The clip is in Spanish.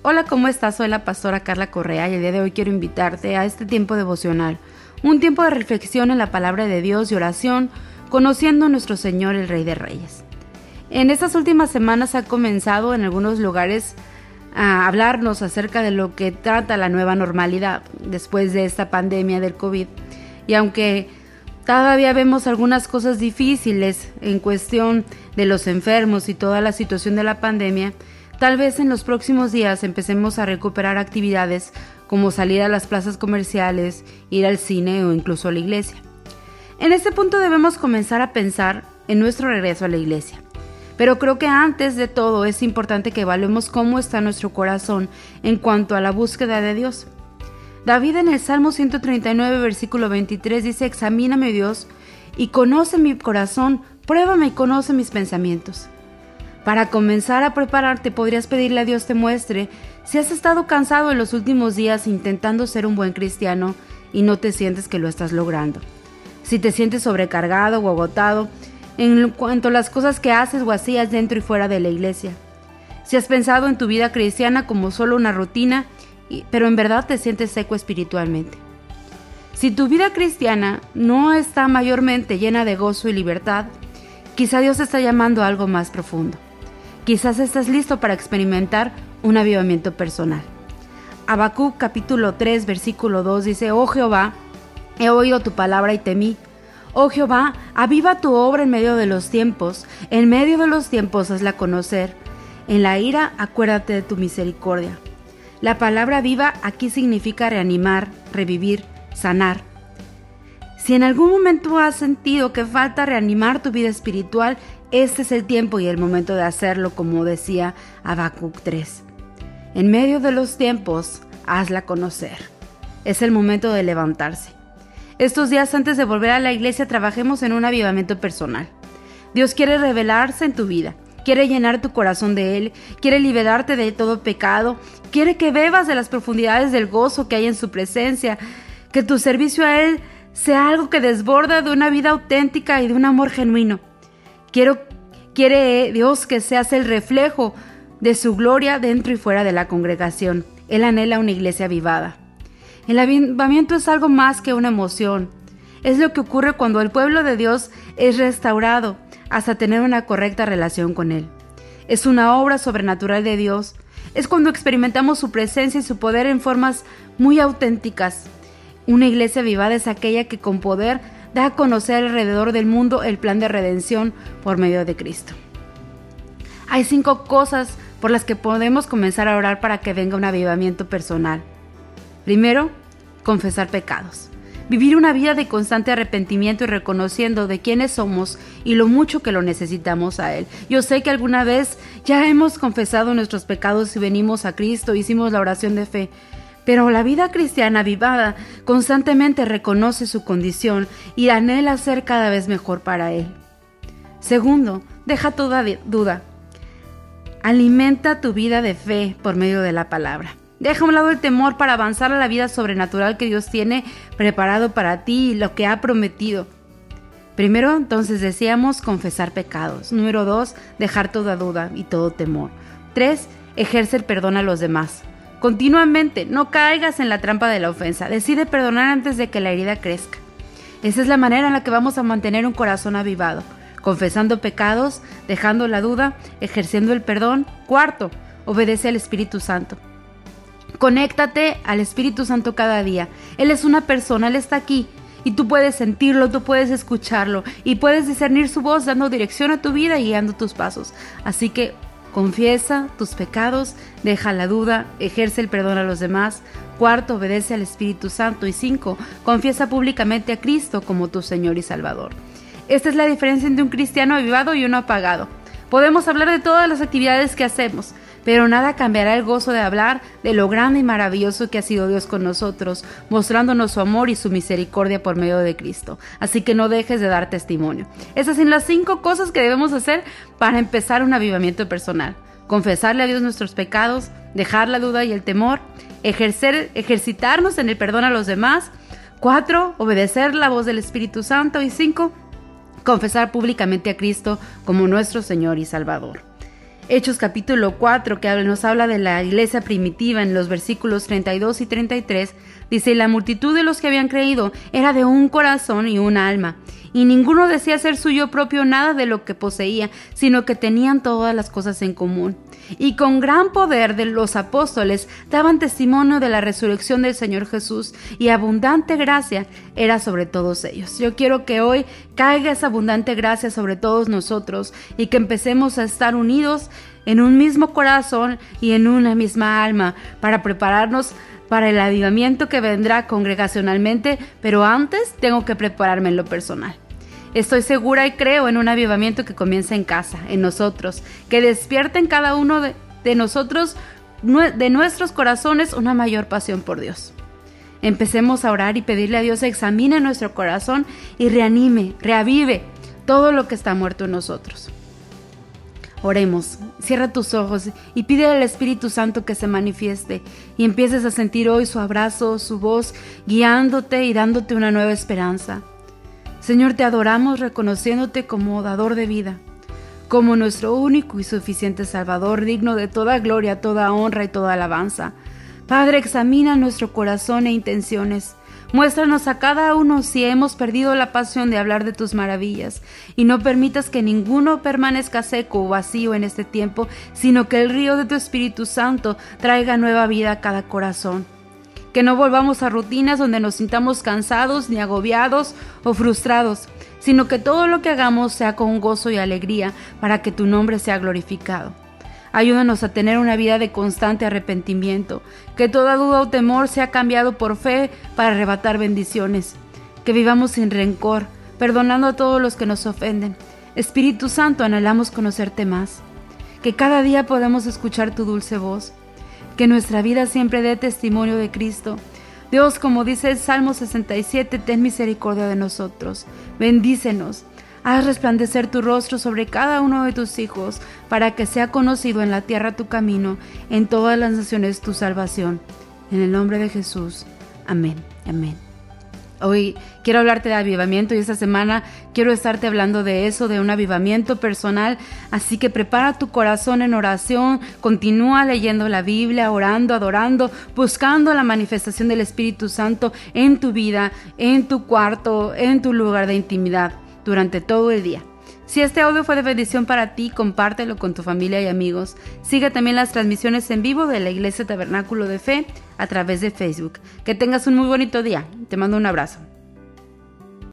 Hola, ¿cómo estás? Soy la pastora Carla Correa y el día de hoy quiero invitarte a este tiempo devocional, un tiempo de reflexión en la palabra de Dios y oración, conociendo a nuestro Señor, el Rey de Reyes. En estas últimas semanas ha comenzado en algunos lugares a hablarnos acerca de lo que trata la nueva normalidad después de esta pandemia del COVID. Y aunque todavía vemos algunas cosas difíciles en cuestión de los enfermos y toda la situación de la pandemia, tal vez en los próximos días empecemos a recuperar actividades como salir a las plazas comerciales, ir al cine o incluso a la iglesia. En este punto debemos comenzar a pensar en nuestro regreso a la iglesia. Pero creo que antes de todo es importante que evaluemos cómo está nuestro corazón en cuanto a la búsqueda de Dios. David en el Salmo 139, versículo 23 dice: «Examíname, Dios, y conoce mi corazón, pruébame y conoce mis pensamientos». Para comenzar a prepararte, podrías pedirle a Dios te muestre si has estado cansado en los últimos días intentando ser un buen cristiano y no te sientes que lo estás logrando. Si te sientes sobrecargado o agotado en cuanto a las cosas que haces o hacías dentro y fuera de la iglesia. Si has pensado en tu vida cristiana como solo una rutina, pero en verdad te sientes seco espiritualmente. Si tu vida cristiana no está mayormente llena de gozo y libertad, quizá Dios te está llamando a algo más profundo. Quizás estás listo para experimentar un avivamiento personal. Habacuc capítulo 3 versículo 2 dice: «Oh Jehová, he oído tu palabra y temí. Oh Jehová, aviva tu obra en medio de los tiempos. En medio de los tiempos hazla conocer. En la ira acuérdate de tu misericordia». La palabra viva aquí significa reanimar, revivir, sanar. Si en algún momento has sentido que falta reanimar tu vida espiritual, este es el tiempo y el momento de hacerlo, como decía Habacuc 3. En medio de los tiempos, hazla conocer. Es el momento de levantarse. Estos días antes de volver a la iglesia, trabajemos en un avivamiento personal. Dios quiere revelarse en tu vida. Quiere llenar tu corazón de Él, quiere liberarte de todo pecado, quiere que bebas de las profundidades del gozo que hay en su presencia, que tu servicio a Él sea algo que desborda de una vida auténtica y de un amor genuino. Quiere Dios que seas el reflejo de su gloria dentro y fuera de la congregación. Él anhela una iglesia avivada. El avivamiento es algo más que una emoción. Es lo que ocurre cuando el pueblo de Dios es restaurado hasta tener una correcta relación con Él. Es una obra sobrenatural de Dios. Es cuando experimentamos su presencia y su poder en formas muy auténticas. Una iglesia avivada es aquella que con poder da a conocer alrededor del mundo el plan de redención por medio de Cristo. Hay 5 cosas por las que podemos comenzar a orar para que venga un avivamiento personal. Primero, confesar pecados. Vivir una vida de constante arrepentimiento y reconociendo de quiénes somos y lo mucho que lo necesitamos a Él. Yo sé que alguna vez ya hemos confesado nuestros pecados y venimos a Cristo, hicimos la oración de fe, pero la vida cristiana avivada constantemente reconoce su condición y anhela ser cada vez mejor para Él. Segundo, deja toda duda. Alimenta tu vida de fe por medio de la palabra. Deja a un lado el temor para avanzar a la vida sobrenatural que Dios tiene preparado para ti y lo que ha prometido. Primero, entonces, decíamos confesar pecados. Número 2, dejar toda duda y todo temor. 3, ejerce el perdón a los demás. Continuamente, no caigas en la trampa de la ofensa. Decide perdonar antes de que la herida crezca. Esa es la manera en la que vamos a mantener un corazón avivado. Confesando pecados, dejando la duda, ejerciendo el perdón. 4, obedece al Espíritu Santo. Conéctate al Espíritu Santo cada día. Él es una persona, Él está aquí y tú puedes sentirlo, tú puedes escucharlo y puedes discernir su voz dando dirección a tu vida y guiando tus pasos. Así que confiesa tus pecados, deja la duda, ejerce el perdón a los demás. 4, obedece al Espíritu Santo. Y 5, confiesa públicamente a Cristo como tu Señor y Salvador. Esta es la diferencia entre un cristiano avivado y uno apagado. Podemos hablar de todas las actividades que hacemos, pero nada cambiará el gozo de hablar de lo grande y maravilloso que ha sido Dios con nosotros, mostrándonos su amor y su misericordia por medio de Cristo. Así que no dejes de dar testimonio. Esas son las 5 cosas que debemos hacer para empezar un avivamiento personal. Confesarle a Dios nuestros pecados, dejar la duda y el temor, ejercitarnos en el perdón a los demás. 4, obedecer la voz del Espíritu Santo. Y 5, confesar públicamente a Cristo como nuestro Señor y Salvador. Hechos capítulo 4, que nos habla de la iglesia primitiva en los versículos 32 y 33, dice: la multitud de los que habían creído era de un corazón y un alma, y ninguno decía ser suyo propio nada de lo que poseía, sino que tenían todas las cosas en común. Y con gran poder de los apóstoles daban testimonio de la resurrección del Señor Jesús, y abundante gracia era sobre todos ellos. Yo quiero que hoy caiga esa abundante gracia sobre todos nosotros y que empecemos a estar unidos en un mismo corazón y en una misma alma para prepararnos para el avivamiento que vendrá congregacionalmente, pero antes tengo que prepararme en lo personal. Estoy segura y creo en un avivamiento que comienza en casa, en nosotros, que despierta en cada uno de nosotros, de nuestros corazones, una mayor pasión por Dios. Empecemos a orar y pedirle a Dios que examine nuestro corazón y reavive todo lo que está muerto en nosotros. Oremos, cierra tus ojos y pide al Espíritu Santo que se manifieste y empieces a sentir hoy su abrazo, su voz, guiándote y dándote una nueva esperanza. Señor, te adoramos reconociéndote como dador de vida, como nuestro único y suficiente Salvador, digno de toda gloria, toda honra y toda alabanza. Padre, examina nuestro corazón e intenciones. Muéstranos a cada uno si hemos perdido la pasión de hablar de tus maravillas, y no permitas que ninguno permanezca seco o vacío en este tiempo, sino que el río de tu Espíritu Santo traiga nueva vida a cada corazón. Que no volvamos a rutinas donde nos sintamos cansados, ni agobiados o frustrados, sino que todo lo que hagamos sea con gozo y alegría para que tu nombre sea glorificado. Ayúdanos a tener una vida de constante arrepentimiento, que toda duda o temor sea cambiado por fe para arrebatar bendiciones, que vivamos sin rencor, perdonando a todos los que nos ofenden. Espíritu Santo, anhelamos conocerte más, que cada día podamos escuchar tu dulce voz, que nuestra vida siempre dé testimonio de Cristo. Dios, como dice el Salmo 67, ten misericordia de nosotros, bendícenos. Haz resplandecer tu rostro sobre cada uno de tus hijos, para que sea conocido en la tierra tu camino, en todas las naciones tu salvación. En el nombre de Jesús. Amén. Amén. Hoy quiero hablarte de avivamiento y esta semana quiero estarte hablando de eso, de un avivamiento personal. Así que prepara tu corazón en oración, continúa leyendo la Biblia, orando, adorando, buscando la manifestación del Espíritu Santo en tu vida, en tu cuarto, en tu lugar de intimidad durante todo el día. Si este audio fue de bendición para ti, compártelo con tu familia y amigos. Sigue también las transmisiones en vivo de la Iglesia Tabernáculo de Fe a través de Facebook. Que tengas un muy bonito día. Te mando un abrazo.